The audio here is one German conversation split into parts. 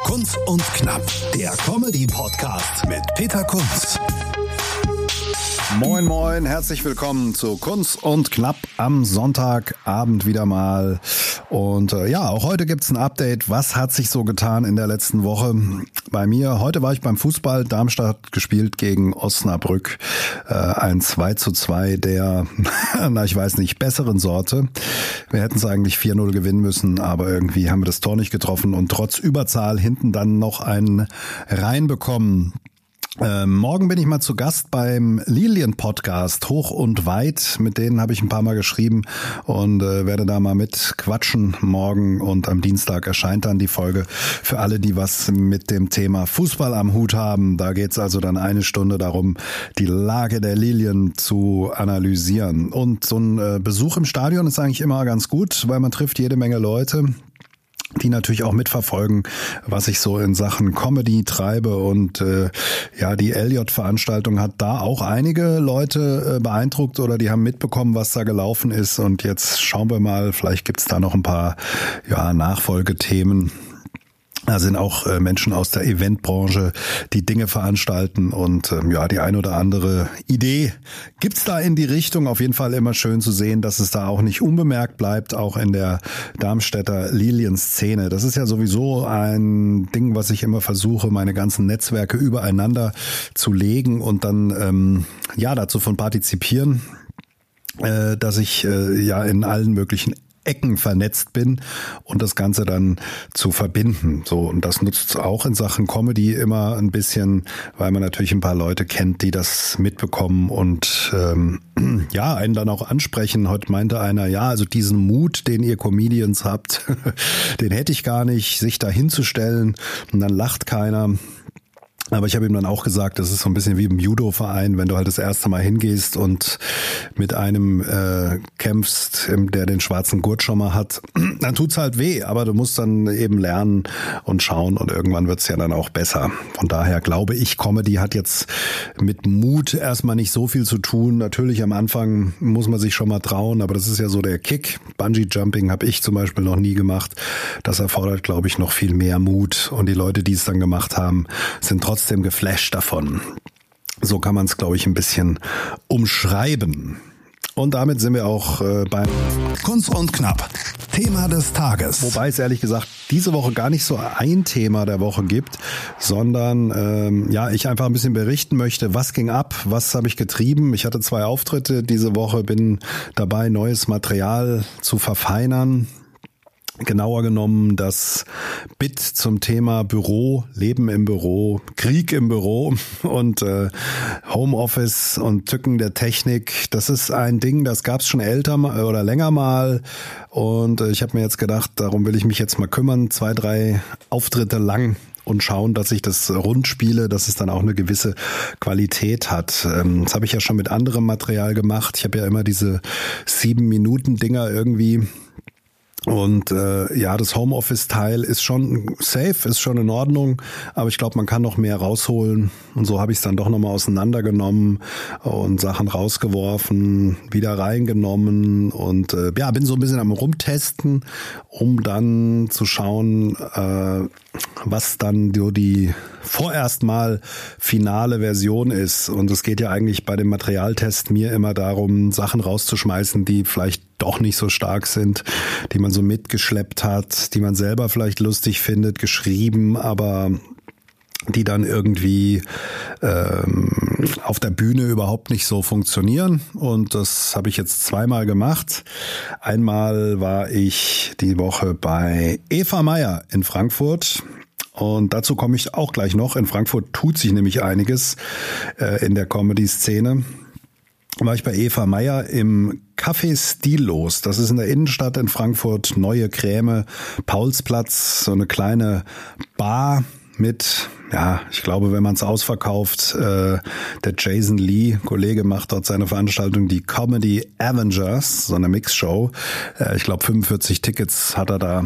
Kunz und Knapp, der Comedy-Podcast mit Peter Kunz. Moin moin, herzlich willkommen zu Kunz und Knapp am Sonntagabend wieder mal. Und auch heute gibt's ein Update. Was hat sich so getan in der letzten Woche bei mir? Heute war ich beim Fußball. Darmstadt gespielt gegen Osnabrück. Ein 2:2 der, ich weiß nicht, besseren Sorte. Wir hätten es eigentlich 4-0 gewinnen müssen, aber irgendwie haben wir das Tor nicht getroffen und trotz Überzahl hinten dann noch einen reinbekommen. Morgen bin ich mal zu Gast beim Lilien-Podcast Hoch und Weit. Mit denen habe ich ein paar Mal geschrieben und werde da mal mit quatschen morgen. Und am Dienstag erscheint dann die Folge für alle, die was mit dem Thema Fußball am Hut haben. Da geht's also dann eine Stunde darum, die Lage der Lilien zu analysieren. Und so ein Besuch im Stadion ist eigentlich immer ganz gut, weil man trifft jede Menge Leute, die natürlich auch mitverfolgen, was ich so in Sachen Comedy treibe. Und die LJ-Veranstaltung hat da auch einige Leute beeindruckt oder die haben mitbekommen, was da gelaufen ist. Und jetzt schauen wir mal, vielleicht gibt's da noch ein paar Nachfolgethemen. Da sind auch Menschen aus der Eventbranche, die Dinge veranstalten und die ein oder andere Idee gibt's da in die Richtung. Auf jeden Fall immer schön zu sehen, dass es da auch nicht unbemerkt bleibt, auch in der Darmstädter Lilien-Szene. Das ist ja sowieso ein Ding, was ich immer versuche, meine ganzen Netzwerke übereinander zu legen und dann dazu von partizipieren, dass ich in allen möglichen Ecken vernetzt bin und das Ganze dann zu verbinden. So, und das nutzt auch in Sachen Comedy immer ein bisschen, weil man natürlich ein paar Leute kennt, die das mitbekommen und einen dann auch ansprechen. Heute meinte einer, also diesen Mut, den ihr Comedians habt, den hätte ich gar nicht, sich da hinzustellen und dann lacht keiner. Aber ich habe ihm dann auch gesagt, das ist so ein bisschen wie im Judo-Verein, wenn du halt das erste Mal hingehst und mit einem kämpfst, der den schwarzen Gurt schon mal hat, dann tut's halt weh, aber du musst dann eben lernen und schauen und irgendwann wird's ja dann auch besser. Von daher glaube ich, Comedy hat jetzt mit Mut erstmal nicht so viel zu tun. Natürlich am Anfang muss man sich schon mal trauen, aber das ist ja so der Kick. Bungee-Jumping habe ich zum Beispiel noch nie gemacht. Das erfordert, glaube ich, noch viel mehr Mut und die Leute, die es dann gemacht haben, sind trotzdem geflasht davon. So kann man es, glaube ich, ein bisschen umschreiben. Und damit sind wir auch beim Kunz und Knapp, Thema des Tages. Wobei es ehrlich gesagt diese Woche gar nicht so ein Thema der Woche gibt, sondern ich einfach ein bisschen berichten möchte, was ging ab, was habe ich getrieben. Ich hatte 2 Auftritte diese Woche, bin dabei, neues Material zu verfeinern. Genauer genommen das Bit zum Thema Büro, Leben im Büro, Krieg im Büro und Homeoffice und Tücken der Technik. Das ist ein Ding, das gab es schon älter oder länger mal und ich habe mir jetzt gedacht, darum will ich mich jetzt mal kümmern, 2, 3 Auftritte lang und schauen, dass ich das rund spiele, dass es dann auch eine gewisse Qualität hat. Das habe ich ja schon mit anderem Material gemacht. Ich habe ja immer diese 7-Minuten-Dinger irgendwie. Und das Homeoffice-Teil ist schon safe, ist schon in Ordnung, aber ich glaube, man kann noch mehr rausholen. Und so habe ich es dann doch nochmal auseinandergenommen und Sachen rausgeworfen, wieder reingenommen und bin so ein bisschen am Rumtesten, um dann zu schauen, was dann so die vorerst mal finale Version ist. Und es geht ja eigentlich bei dem Materialtest mir immer darum, Sachen rauszuschmeißen, die vielleicht doch nicht so stark sind, die man so mitgeschleppt hat, die man selber vielleicht lustig findet, geschrieben, aber die dann irgendwie auf der Bühne überhaupt nicht so funktionieren. Und das habe ich jetzt 2-mal gemacht. Einmal war ich die Woche bei Eva Meyer in Frankfurt. Und dazu komme ich auch gleich noch. In Frankfurt tut sich nämlich einiges in der Comedy-Szene. War ich bei Eva Meyer im Café Stillos. Das ist in der Innenstadt in Frankfurt. Neue Kräme, Paulsplatz, so eine kleine Bar mit, ich glaube, wenn man es ausverkauft, der Jason Lee, Kollege, macht dort seine Veranstaltung, die Comedy Avengers, so eine Mixshow. Ich glaube, 45 Tickets hat er da,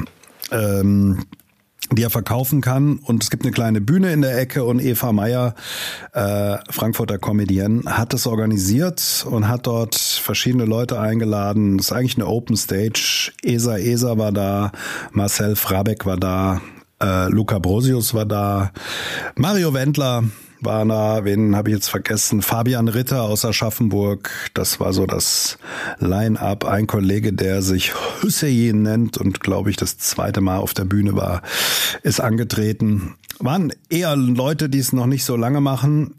die er verkaufen kann. Und es gibt eine kleine Bühne in der Ecke und Eva Meyer, Frankfurter Comedienne, hat es organisiert und hat dort verschiedene Leute eingeladen. Das ist eigentlich eine Open Stage. Esa war da, Marcel Frabeck war da, Luca Brosius war da, Mario Wendler war da, wen habe ich jetzt vergessen? Fabian Ritter aus Aschaffenburg. Das war so das Line-Up. Ein Kollege, der sich Hüseyin nennt und glaube ich das zweite Mal auf der Bühne war, ist angetreten. Waren eher Leute, die es noch nicht so lange machen.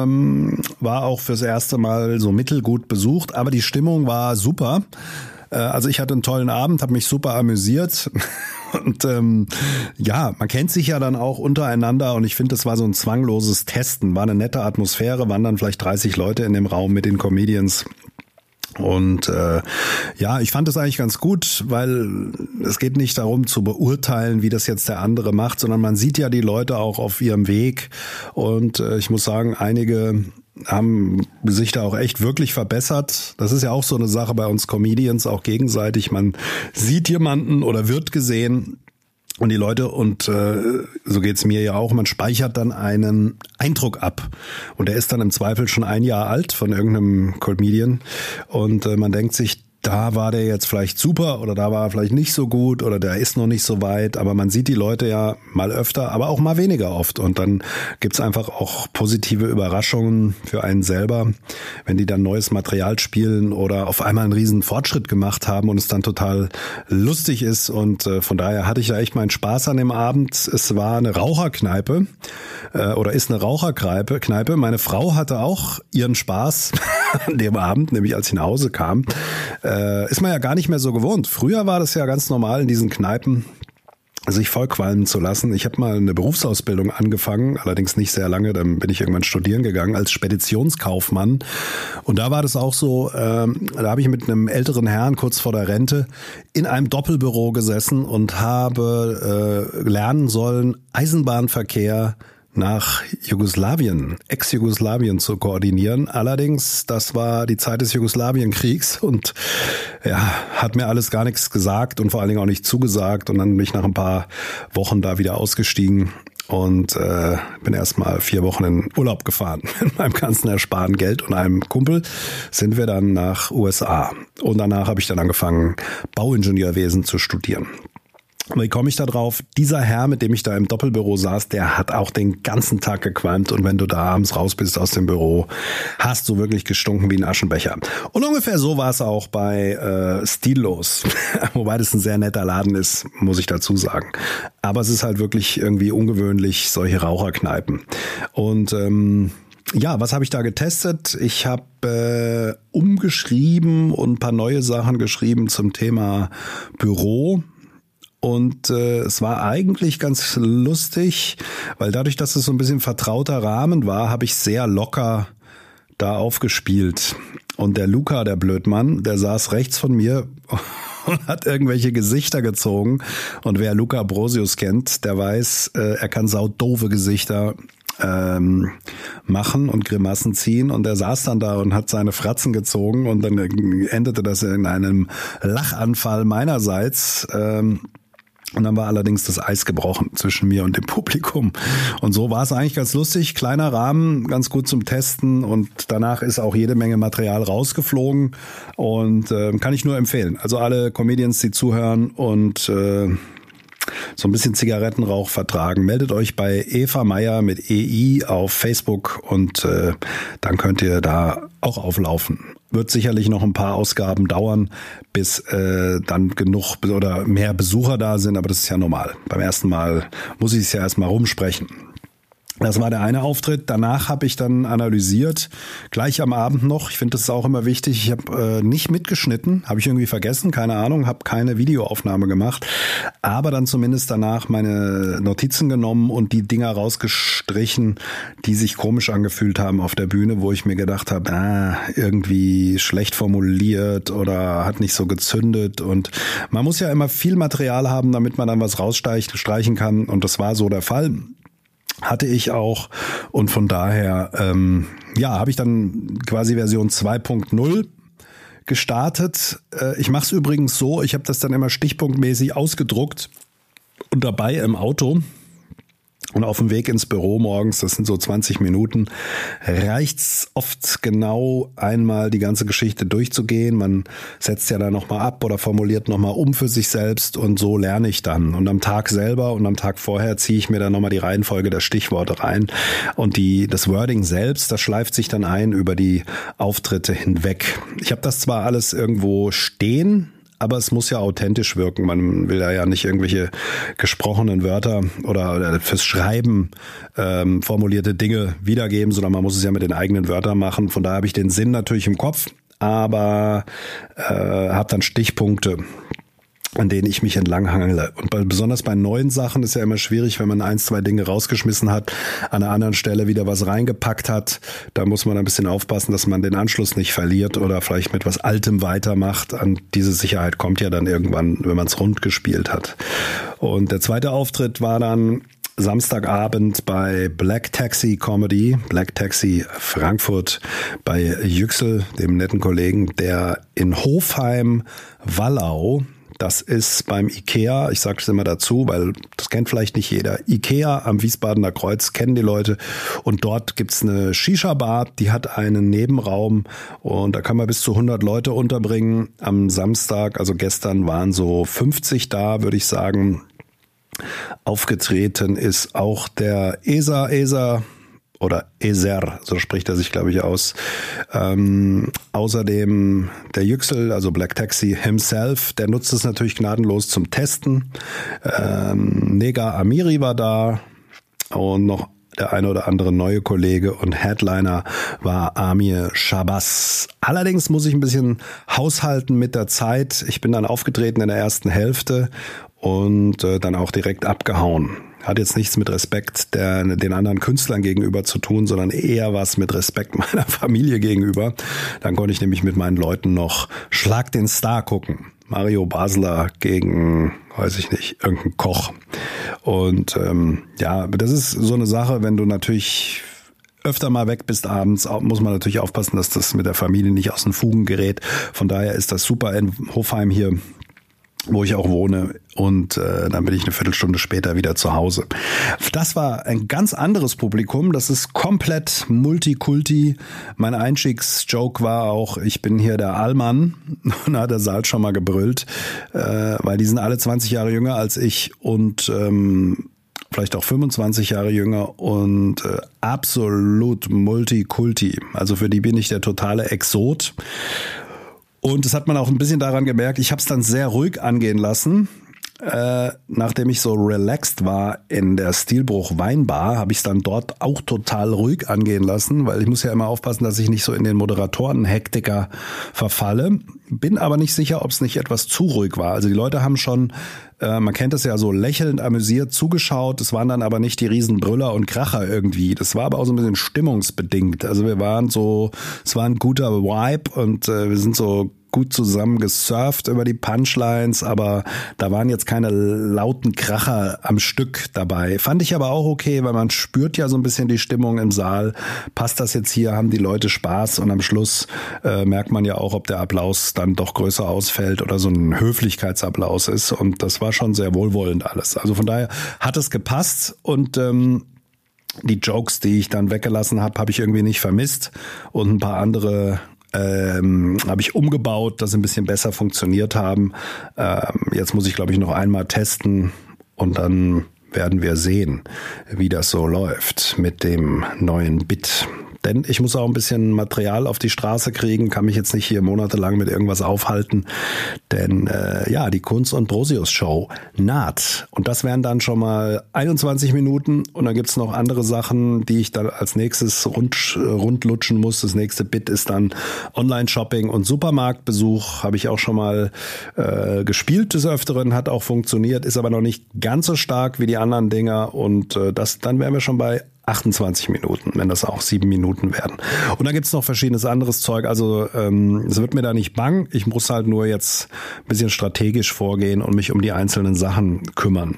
War auch fürs erste Mal so mittelgut besucht, aber die Stimmung war super. Also ich hatte einen tollen Abend, habe mich super amüsiert. Und ja, man kennt sich ja dann auch untereinander und ich finde, das war so ein zwangloses Testen, war eine nette Atmosphäre, waren dann vielleicht 30 Leute in dem Raum mit den Comedians. Und ja, ich fand das eigentlich ganz gut, weil es geht nicht darum zu beurteilen, wie das jetzt der andere macht, sondern man sieht ja die Leute auch auf ihrem Weg. Und ich muss sagen, einige haben sich da auch echt wirklich verbessert. Das ist ja auch so eine Sache bei uns Comedians, auch gegenseitig. Man sieht jemanden oder wird gesehen und die Leute, und so geht's mir ja auch, man speichert dann einen Eindruck ab. Und der ist dann im Zweifel schon 1 Jahr alt von irgendeinem Comedian. Und man denkt sich, da war der jetzt vielleicht super oder da war er vielleicht nicht so gut oder der ist noch nicht so weit, aber man sieht die Leute ja mal öfter, aber auch mal weniger oft und dann gibt's einfach auch positive Überraschungen für einen selber, wenn die dann neues Material spielen oder auf einmal einen riesen Fortschritt gemacht haben und es dann total lustig ist und von daher hatte ich da echt meinen Spaß an dem Abend. Es war eine Raucherkneipe oder ist eine Raucherkneipe. Meine Frau hatte auch ihren Spaß an dem Abend, nämlich als ich nach Hause kam. Ist man ja gar nicht mehr so gewohnt. Früher war das ja ganz normal in diesen Kneipen, sich vollqualmen zu lassen. Ich habe mal eine Berufsausbildung angefangen, allerdings nicht sehr lange, dann bin ich irgendwann studieren gegangen als Speditionskaufmann. Und da war das auch so, da habe ich mit einem älteren Herrn kurz vor der Rente in einem Doppelbüro gesessen und habe lernen sollen, Eisenbahnverkehr nach Jugoslawien, Ex-Jugoslawien zu koordinieren. Allerdings, das war die Zeit des Jugoslawienkriegs und ja, hat mir alles gar nichts gesagt und vor allen Dingen auch nicht zugesagt. Und dann bin ich nach ein paar Wochen da wieder ausgestiegen und bin erstmal 4 Wochen in Urlaub gefahren. Mit meinem ganzen ersparten Geld und einem Kumpel sind wir dann nach USA. Und danach habe ich dann angefangen, Bauingenieurwesen zu studieren. Wie komme ich da drauf? Dieser Herr, mit dem ich da im Doppelbüro saß, der hat auch den ganzen Tag gequalmt und wenn du da abends raus bist aus dem Büro, hast du wirklich gestunken wie ein Aschenbecher. Und ungefähr so war es auch bei Stillos, wobei das ein sehr netter Laden ist, muss ich dazu sagen. Aber es ist halt wirklich irgendwie ungewöhnlich, solche Raucherkneipen. Und ja, was habe ich da getestet? Ich habe umgeschrieben und ein paar neue Sachen geschrieben zum Thema Büro. Und es war eigentlich ganz lustig, weil dadurch, dass es so ein bisschen vertrauter Rahmen war, habe ich sehr locker da aufgespielt. Und der Luca, der Blödmann, der saß rechts von mir und hat irgendwelche Gesichter gezogen. Und wer Luca Brosius kennt, der weiß, er kann saudoofe Gesichter machen und Grimassen ziehen und er saß dann da und hat seine Fratzen gezogen und dann endete das in einem Lachanfall meinerseits. Und dann war allerdings das Eis gebrochen zwischen mir und dem Publikum. Und so war es eigentlich ganz lustig. Kleiner Rahmen, ganz gut zum Testen. Und danach ist auch jede Menge Material rausgeflogen. Und kann ich nur empfehlen. Also alle Comedians, die zuhören und so ein bisschen Zigarettenrauch vertragen, meldet euch bei Eva Meyer mit EI auf Facebook und dann könnt ihr da auch auflaufen. Wird sicherlich noch ein paar Ausgaben dauern, bis dann genug oder mehr Besucher da sind, aber das ist ja normal. Beim ersten Mal muss ich es ja erstmal rumsprechen. Das war der eine Auftritt. Danach habe ich dann analysiert, gleich am Abend noch. Ich finde, das ist auch immer wichtig. Ich habe nicht mitgeschnitten, habe ich irgendwie vergessen, keine Ahnung, habe keine Videoaufnahme gemacht, aber dann zumindest danach meine Notizen genommen und die Dinger rausgestrichen, die sich komisch angefühlt haben auf der Bühne, wo ich mir gedacht habe, irgendwie schlecht formuliert oder hat nicht so gezündet. Und man muss ja immer viel Material haben, damit man dann was rausstreichen kann. Und das war so der Fall. Hatte ich auch und von daher habe ich dann quasi Version 2.0 gestartet. Ich mache es übrigens so, ich habe das dann immer stichpunktmäßig ausgedruckt und dabei im Auto Und auf dem Weg ins Büro morgens, das sind so 20 Minuten, reicht's oft genau einmal die ganze Geschichte durchzugehen. Man setzt ja dann nochmal ab oder formuliert nochmal um für sich selbst und so lerne ich dann. Und am Tag selber und am Tag vorher ziehe ich mir dann nochmal die Reihenfolge der Stichworte rein. Und das Wording selbst, das schleift sich dann ein über die Auftritte hinweg. Ich habe das zwar alles irgendwo stehen, aber es muss ja authentisch wirken. Man will ja nicht irgendwelche gesprochenen Wörter oder fürs Schreiben formulierte Dinge wiedergeben, sondern man muss es ja mit den eigenen Wörtern machen. Von daher habe ich den Sinn natürlich im Kopf, aber habe dann Stichpunkte, an denen ich mich entlanghangele. Und besonders bei neuen Sachen ist ja immer schwierig, wenn man 1, 2 Dinge rausgeschmissen hat, an einer anderen Stelle wieder was reingepackt hat. Da muss man ein bisschen aufpassen, dass man den Anschluss nicht verliert oder vielleicht mit was Altem weitermacht. An diese Sicherheit kommt ja dann irgendwann, wenn man es rund gespielt hat. Und der zweite Auftritt war dann Samstagabend bei Black Taxi Comedy, Black Taxi Frankfurt bei Yüksel, dem netten Kollegen, der in Hofheim-Wallau, das ist beim Ikea, ich sage es immer dazu, weil das kennt vielleicht nicht jeder. Ikea am Wiesbadener Kreuz kennen die Leute und dort gibt's eine Shisha-Bar, die hat einen Nebenraum und da kann man bis zu 100 Leute unterbringen. Am Samstag, also gestern, waren so 50 da, würde ich sagen. Aufgetreten ist auch der Eser, so spricht er sich, glaube ich, aus. Außerdem der Yüksel, also Black Taxi himself, der nutzt es natürlich gnadenlos zum Testen. Nega Amiri war da und noch der eine oder andere neue Kollege und Headliner war Amir Shabazz. Allerdings muss ich ein bisschen haushalten mit der Zeit. Ich bin dann aufgetreten in der ersten Hälfte und dann auch direkt abgehauen. Hat jetzt nichts mit Respekt den anderen Künstlern gegenüber zu tun, sondern eher was mit Respekt meiner Familie gegenüber. Dann konnte ich nämlich mit meinen Leuten noch Schlag den Star gucken. Mario Basler gegen, weiß ich nicht, irgendein Koch. Und das ist so eine Sache, wenn du natürlich öfter mal weg bist abends, muss man natürlich aufpassen, dass das mit der Familie nicht aus den Fugen gerät. Von daher ist das super in Hofheim hier, wo ich auch wohne, und dann bin ich eine Viertelstunde später wieder zu Hause. Das war ein ganz anderes Publikum, das ist komplett Multikulti. Mein Einstiegsjoke war auch, ich bin hier der Allmann, und da hat der Saal schon mal gebrüllt, weil die sind alle 20 Jahre jünger als ich und vielleicht auch 25 Jahre jünger und absolut Multikulti. Also für die bin ich der totale Exot. Und das hat man auch ein bisschen daran gemerkt, ich habe es dann sehr ruhig angehen lassen. Nachdem ich so relaxed war in der Stilbruch Weinbar, habe ich es dann dort auch total ruhig angehen lassen, weil ich muss ja immer aufpassen, dass ich nicht so in den Moderatoren-Hektiker verfalle. Bin aber nicht sicher, ob es nicht etwas zu ruhig war. Also die Leute haben schon, man kennt das ja so, lächelnd amüsiert zugeschaut. Es waren dann aber nicht die Riesenbrüller und Kracher irgendwie. Das war aber auch so ein bisschen stimmungsbedingt. Also es war ein guter Vibe und wir sind so gut zusammen gesurft über die Punchlines, aber da waren jetzt keine lauten Kracher am Stück dabei. Fand ich aber auch okay, weil man spürt ja so ein bisschen die Stimmung im Saal. Passt das jetzt hier? Haben die Leute Spaß? Und am Schluss merkt man ja auch, ob der Applaus dann doch größer ausfällt oder so ein Höflichkeitsapplaus ist. Und das war schon sehr wohlwollend alles. Also von daher hat es gepasst und die Jokes, die ich dann weggelassen habe ich irgendwie nicht vermisst. Und ein paar andere habe ich umgebaut, dass sie ein bisschen besser funktioniert haben. Jetzt muss ich, glaube ich, noch einmal testen und dann werden wir sehen, wie das so läuft mit dem neuen Bit. Denn ich muss auch ein bisschen Material auf die Straße kriegen, kann mich jetzt nicht hier monatelang mit irgendwas aufhalten. Denn die Kunz und Brosius Show naht. Und das wären dann schon mal 21 Minuten. Und dann gibt's noch andere Sachen, die ich dann als nächstes rundlutschen muss. Das nächste Bit ist dann Online-Shopping und Supermarktbesuch. Habe ich auch schon mal gespielt des Öfteren, hat auch funktioniert, ist aber noch nicht ganz so stark wie die anderen Dinger. Und dann wären wir schon bei 28 Minuten, wenn das auch 7 Minuten werden. Und dann gibt's noch verschiedenes anderes Zeug. Also es wird mir da nicht bang. Ich muss halt nur jetzt ein bisschen strategisch vorgehen und mich um die einzelnen Sachen kümmern.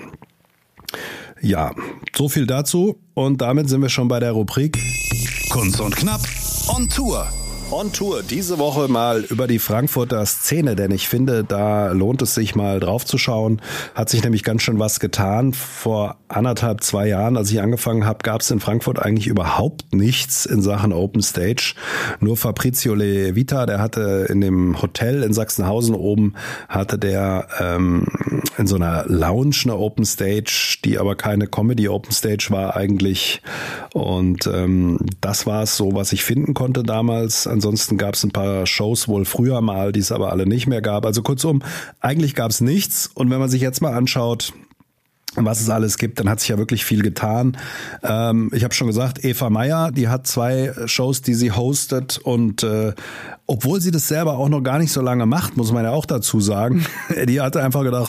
Ja, so viel dazu. Und damit sind wir schon bei der Rubrik Kunz und Knapp on Tour. On Tour diese Woche mal über die Frankfurter Szene, denn ich finde, da lohnt es sich mal drauf zu schauen. Hat sich nämlich ganz schön was getan. Vor 2 Jahren, als ich angefangen habe, gab es in Frankfurt eigentlich überhaupt nichts in Sachen Open Stage. Nur Fabrizio Le Vita, der hatte in dem Hotel in Sachsenhausen oben, hatte der in so einer Lounge eine Open Stage, die aber keine Comedy Open Stage war eigentlich. Und das war es so, was ich finden konnte damals. Ansonsten gab es ein paar Shows wohl früher mal, die es aber alle nicht mehr gab. Also kurzum, eigentlich gab es nichts. Und wenn man sich jetzt mal anschaut, was es alles gibt, dann hat sich ja wirklich viel getan. Ich habe schon gesagt, Eva Meyer, die hat 2 Shows, die sie hostet und obwohl sie das selber auch noch gar nicht so lange macht, muss man ja auch dazu sagen, die hatte einfach gedacht,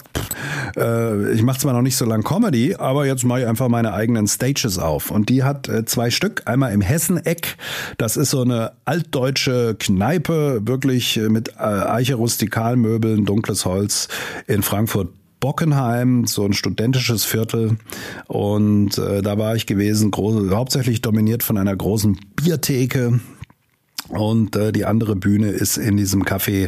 ich mache zwar noch nicht so lange Comedy, aber jetzt mache ich einfach meine eigenen Stages auf. Und die hat 2 Stück, einmal im Hesseneck, das ist so eine altdeutsche Kneipe, wirklich mit Eiche-Rustikalmöbeln, dunkles Holz in Frankfurt Bockenheim, so ein studentisches Viertel, und da war ich gewesen, hauptsächlich dominiert von einer großen Biertheke. Und die andere Bühne ist in diesem Café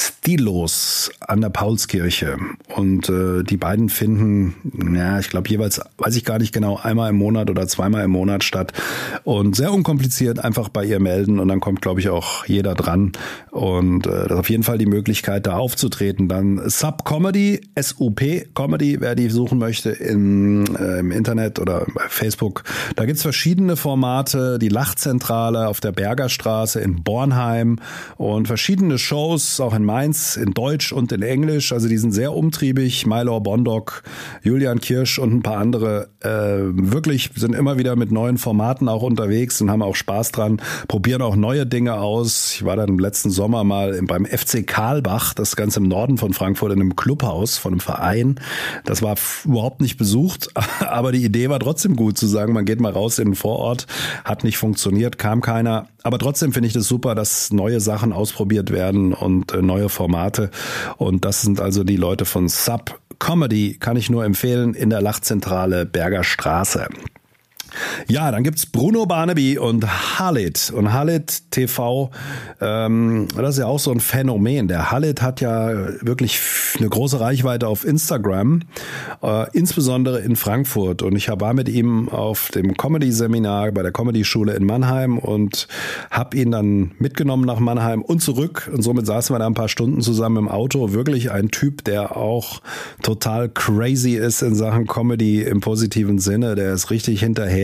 Stilos an der Paulskirche. Und die beiden finden, ja, ich glaube jeweils, weiß ich gar nicht genau, einmal im Monat oder zweimal im Monat statt. Und sehr unkompliziert einfach bei ihr melden und dann kommt, glaube ich, auch jeder dran. Und das ist auf jeden Fall die Möglichkeit, da aufzutreten. Dann Sub Comedy, S-U-P Comedy, wer die suchen möchte im Internet oder bei Facebook. Da gibt's verschiedene Formate, die Lachzentrale auf der Bergerstraße in Bornheim und verschiedene Shows, auch in Mainz, in Deutsch und in Englisch. Also die sind sehr umtriebig. Mylor Bondoc, Julian Kirsch und ein paar andere wirklich sind immer wieder mit neuen Formaten auch unterwegs und haben auch Spaß dran, probieren auch neue Dinge aus. Ich war dann im letzten Sommer mal beim FC Karlbach, das ist ganz im Norden von Frankfurt, in einem Clubhaus von einem Verein. Das war überhaupt nicht besucht, aber die Idee war trotzdem gut, zu sagen, man geht mal raus in den Vorort. Hat nicht funktioniert, kam keiner. Aber trotzdem finde ich das super, dass neue Sachen ausprobiert werden und neue Formate. Und das sind also die Leute von Sub Comedy, kann ich nur empfehlen, in der Lachzentrale Bergerstraße. Ja, dann gibt's Bruno Barnaby und Halit. Und Halit TV, das ist ja auch so ein Phänomen. Der Halit hat ja wirklich eine große Reichweite auf Instagram, insbesondere in Frankfurt. Und ich war mit ihm auf dem Comedy-Seminar bei der Comedy-Schule in Mannheim und habe ihn dann mitgenommen nach Mannheim und zurück. Und somit saßen wir da ein paar Stunden zusammen im Auto. Wirklich ein Typ, der auch total crazy ist in Sachen Comedy im positiven Sinne. Der ist richtig hinterher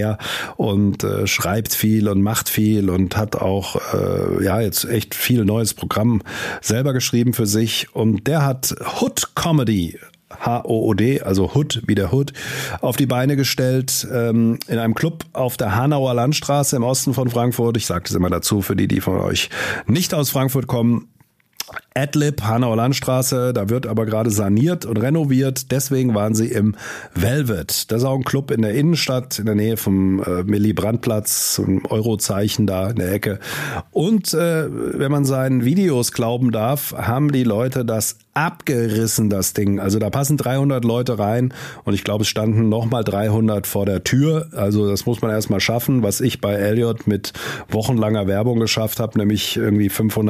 und schreibt viel und macht viel und hat auch jetzt echt viel neues Programm selber geschrieben für sich. Und der hat Hood Comedy, H-O-O-D, also Hood wie der Hood, auf die Beine gestellt in einem Club auf der Hanauer Landstraße im Osten von Frankfurt. Ich sage das immer dazu für die von euch nicht aus Frankfurt kommen. Adlib, Hanauer Landstraße, da wird aber gerade saniert und renoviert, deswegen waren sie im Velvet. Das ist auch ein Club in der Innenstadt, in der Nähe vom Willy-Brandt-Platz, ein Eurozeichen da in der Ecke. Und wenn man seinen Videos glauben darf, haben die Leute das abgerissen, das Ding. Also da passen 300 Leute rein und ich glaube, es standen nochmal 300 vor der Tür. Also das muss man erstmal schaffen, was ich bei Elliot mit wochenlanger Werbung geschafft habe, nämlich irgendwie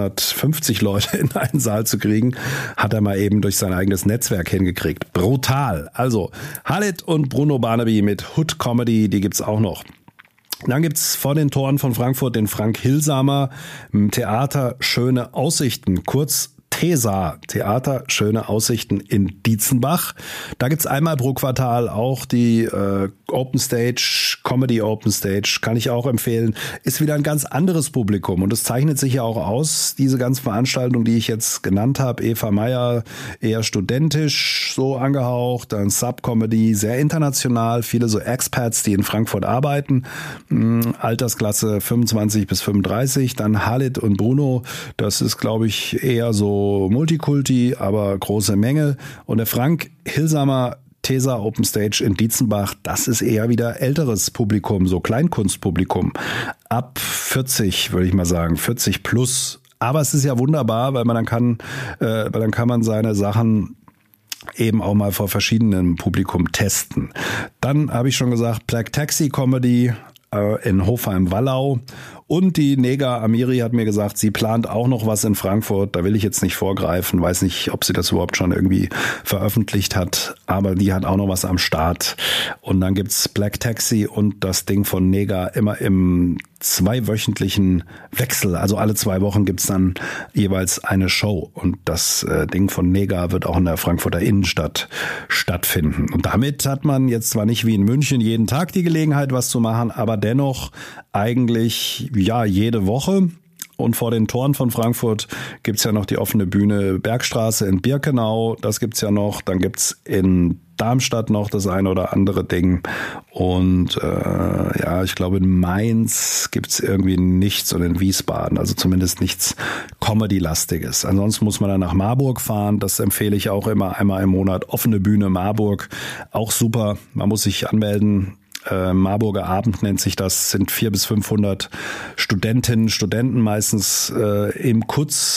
550 Leute in einen Saal zu kriegen, hat er mal eben durch sein eigenes Netzwerk hingekriegt. Brutal. Also Halit und Bruno Barnaby mit Hood Comedy, die gibt's auch noch. Dann gibt's vor den Toren von Frankfurt den Frank Hilsamer im Theater Schöne Aussichten, kurz TESA, Theater Schöne Aussichten in Dietzenbach. Da gibt's einmal pro Quartal auch die Open Stage, Comedy Open Stage, kann ich auch empfehlen. Ist wieder ein ganz anderes Publikum und es zeichnet sich ja auch aus, diese ganzen Veranstaltungen, die ich jetzt genannt habe. Eva Meyer, eher studentisch so angehaucht, dann Sub-Comedy, sehr international, viele so Expats, die in Frankfurt arbeiten, Altersklasse 25 bis 35, dann Halit und Bruno, das ist, glaube ich, eher so Multikulti, aber große Menge. Und der Frank Hilsamer TESA Open Stage in Dietzenbach, das ist eher wieder älteres Publikum, so Kleinkunstpublikum. Ab 40, würde ich mal sagen, 40 plus. Aber es ist ja wunderbar, weil dann kann man seine Sachen eben auch mal vor verschiedenem Publikum testen. Dann habe ich schon gesagt, Black Taxi Comedy in Hofheim-Wallau Und die Nega Amiri hat mir gesagt, sie plant auch noch was in Frankfurt. Da will ich jetzt nicht vorgreifen, weiß nicht, ob sie das überhaupt schon irgendwie veröffentlicht hat, aber die hat auch noch was am Start. Und dann gibt's Black Taxi und das Ding von Nega immer im 2-wöchentlichen Wechsel. Also alle 2 Wochen gibt's dann jeweils eine Show. Und das Ding von Nega wird auch in der Frankfurter Innenstadt stattfinden. Und damit hat man jetzt zwar nicht wie in München jeden Tag die Gelegenheit, was zu machen, aber dennoch eigentlich ja jede Woche. Und vor den Toren von Frankfurt gibt's ja noch die offene Bühne Bergstraße in Birkenau. Das gibt's ja noch. Dann gibt's in Darmstadt noch das eine oder andere Ding. Und ich glaube in Mainz gibt's irgendwie nichts und in Wiesbaden. Also zumindest nichts Comedy-lastiges. Ansonsten muss man dann nach Marburg fahren. Das empfehle ich auch immer einmal im Monat. Offene Bühne Marburg. Auch super. Man muss sich anmelden. Marburger Abend nennt sich das, sind 400 bis 500 Studentinnen, Studenten meistens im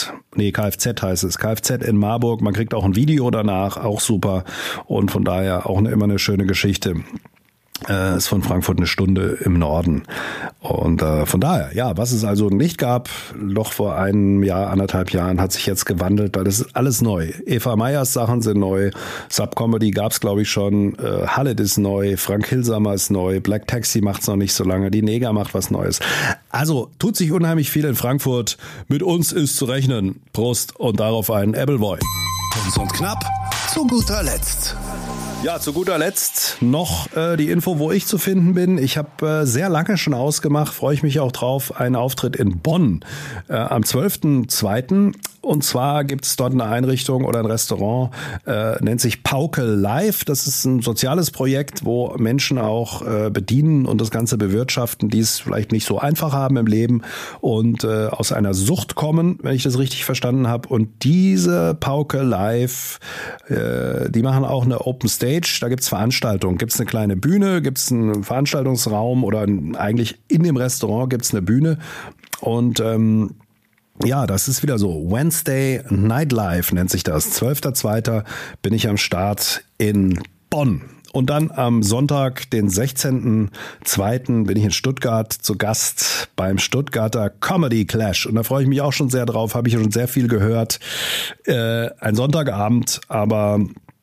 Kfz heißt es, Kfz in Marburg. Man kriegt auch ein Video danach, auch super und von daher auch immer eine schöne Geschichte. Ist von Frankfurt 1 Stunde im Norden. Und von daher, ja, was es also nicht gab, noch vor 1,5 Jahren, hat sich jetzt gewandelt, weil das ist alles neu. Eva Meyers Sachen sind neu, Subcomedy gab's glaube ich schon, Hallet ist neu, Frank Hilsamer ist neu, Black Taxi macht's noch nicht so lange, die Nega macht was Neues. Also tut sich unheimlich viel in Frankfurt. Mit uns ist zu rechnen. Prost und darauf einen Appleboy. Kunst und Knapp zu guter Letzt. Ja, zu guter Letzt noch die Info, wo ich zu finden bin. Ich habe sehr lange schon ausgemacht, freue ich mich auch drauf, einen Auftritt in Bonn am 12.02. Und zwar gibt es dort eine Einrichtung oder ein Restaurant, nennt sich Pauke Live. Das ist ein soziales Projekt, wo Menschen auch bedienen und das Ganze bewirtschaften, die es vielleicht nicht so einfach haben im Leben und aus einer Sucht kommen, wenn ich das richtig verstanden habe. Und diese Pauke Live, die machen auch eine Open Stage. Da gibt's Veranstaltungen, gibt's eine kleine Bühne, gibt's einen Veranstaltungsraum oder eigentlich in dem Restaurant gibt's eine Bühne und ja, das ist wieder so. Wednesday Nightlife nennt sich das. 12.02. bin ich am Start in Bonn. Und dann am Sonntag, den 16.02. bin ich in Stuttgart zu Gast beim Stuttgarter Comedy Clash. Und da freue ich mich auch schon sehr drauf, habe ich schon sehr viel gehört. Ein Sonntagabend, aber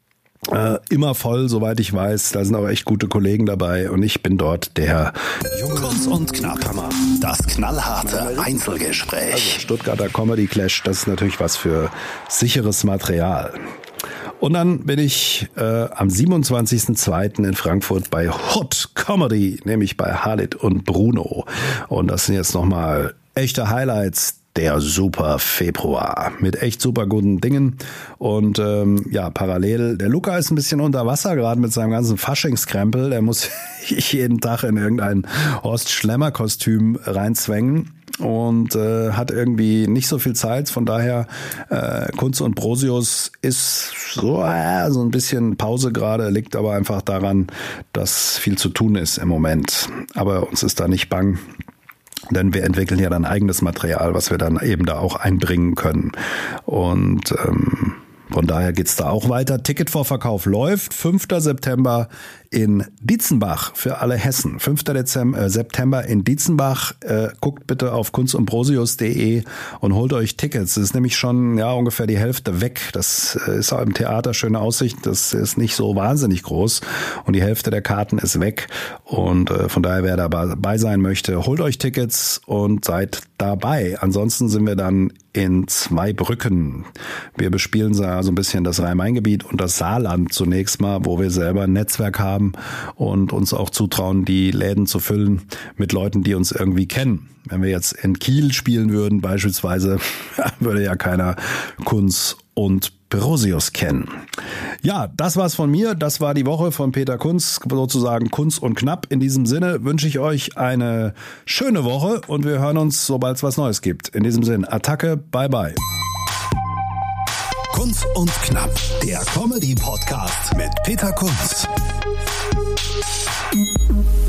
immer voll, soweit ich weiß. Da sind auch echt gute Kollegen dabei und ich bin dort der Kunst und Knapp. Das knallharte Einzelgespräch. Also Stuttgarter Comedy Clash, das ist natürlich was für sicheres Material. Und dann bin ich am 27.02. in Frankfurt bei Hot Comedy, nämlich bei Hallet und Bruno. Und das sind jetzt nochmal echte Highlights. Der super Februar mit echt super guten Dingen und parallel, der Luca ist ein bisschen unter Wasser gerade mit seinem ganzen Faschingskrempel, der muss jeden Tag in irgendein Horst Schlemmer Kostüm reinzwängen und hat irgendwie nicht so viel Zeit, von daher Kunst und Prosius ist so ein bisschen Pause gerade, liegt aber einfach daran, dass viel zu tun ist im Moment, aber uns ist da nicht bang. Denn wir entwickeln ja dann eigenes Material, was wir dann eben da auch einbringen können. Und von daher geht's da auch weiter. Ticketvorverkauf läuft. 5. September in Dietzenbach für alle Hessen. 5. September in Dietzenbach. Guckt bitte auf kunstundprosius.de und holt euch Tickets. Das ist nämlich schon ungefähr die Hälfte weg. Das ist auch im Theater schöne Aussicht. Das ist nicht so wahnsinnig groß. Und die Hälfte der Karten ist weg. Und von daher, wer dabei sein möchte, holt euch Tickets und seid dabei. Ansonsten sind wir dann in Zweibrücken. Wir bespielen so ein bisschen das Rhein-Main-Gebiet und das Saarland zunächst mal, wo wir selber ein Netzwerk haben und uns auch zutrauen, die Läden zu füllen mit Leuten, die uns irgendwie kennen. Wenn wir jetzt in Kiel spielen würden beispielsweise, würde ja keiner Kunz und Prosius kennen. Ja, das war's von mir. Das war die Woche von Peter Kunz, sozusagen Kunz und Knapp. In diesem Sinne wünsche ich euch eine schöne Woche und wir hören uns, sobald es was Neues gibt. In diesem Sinne, Attacke, bye bye. Kunst und Knapp, der Comedy-Podcast mit Peter Kunz.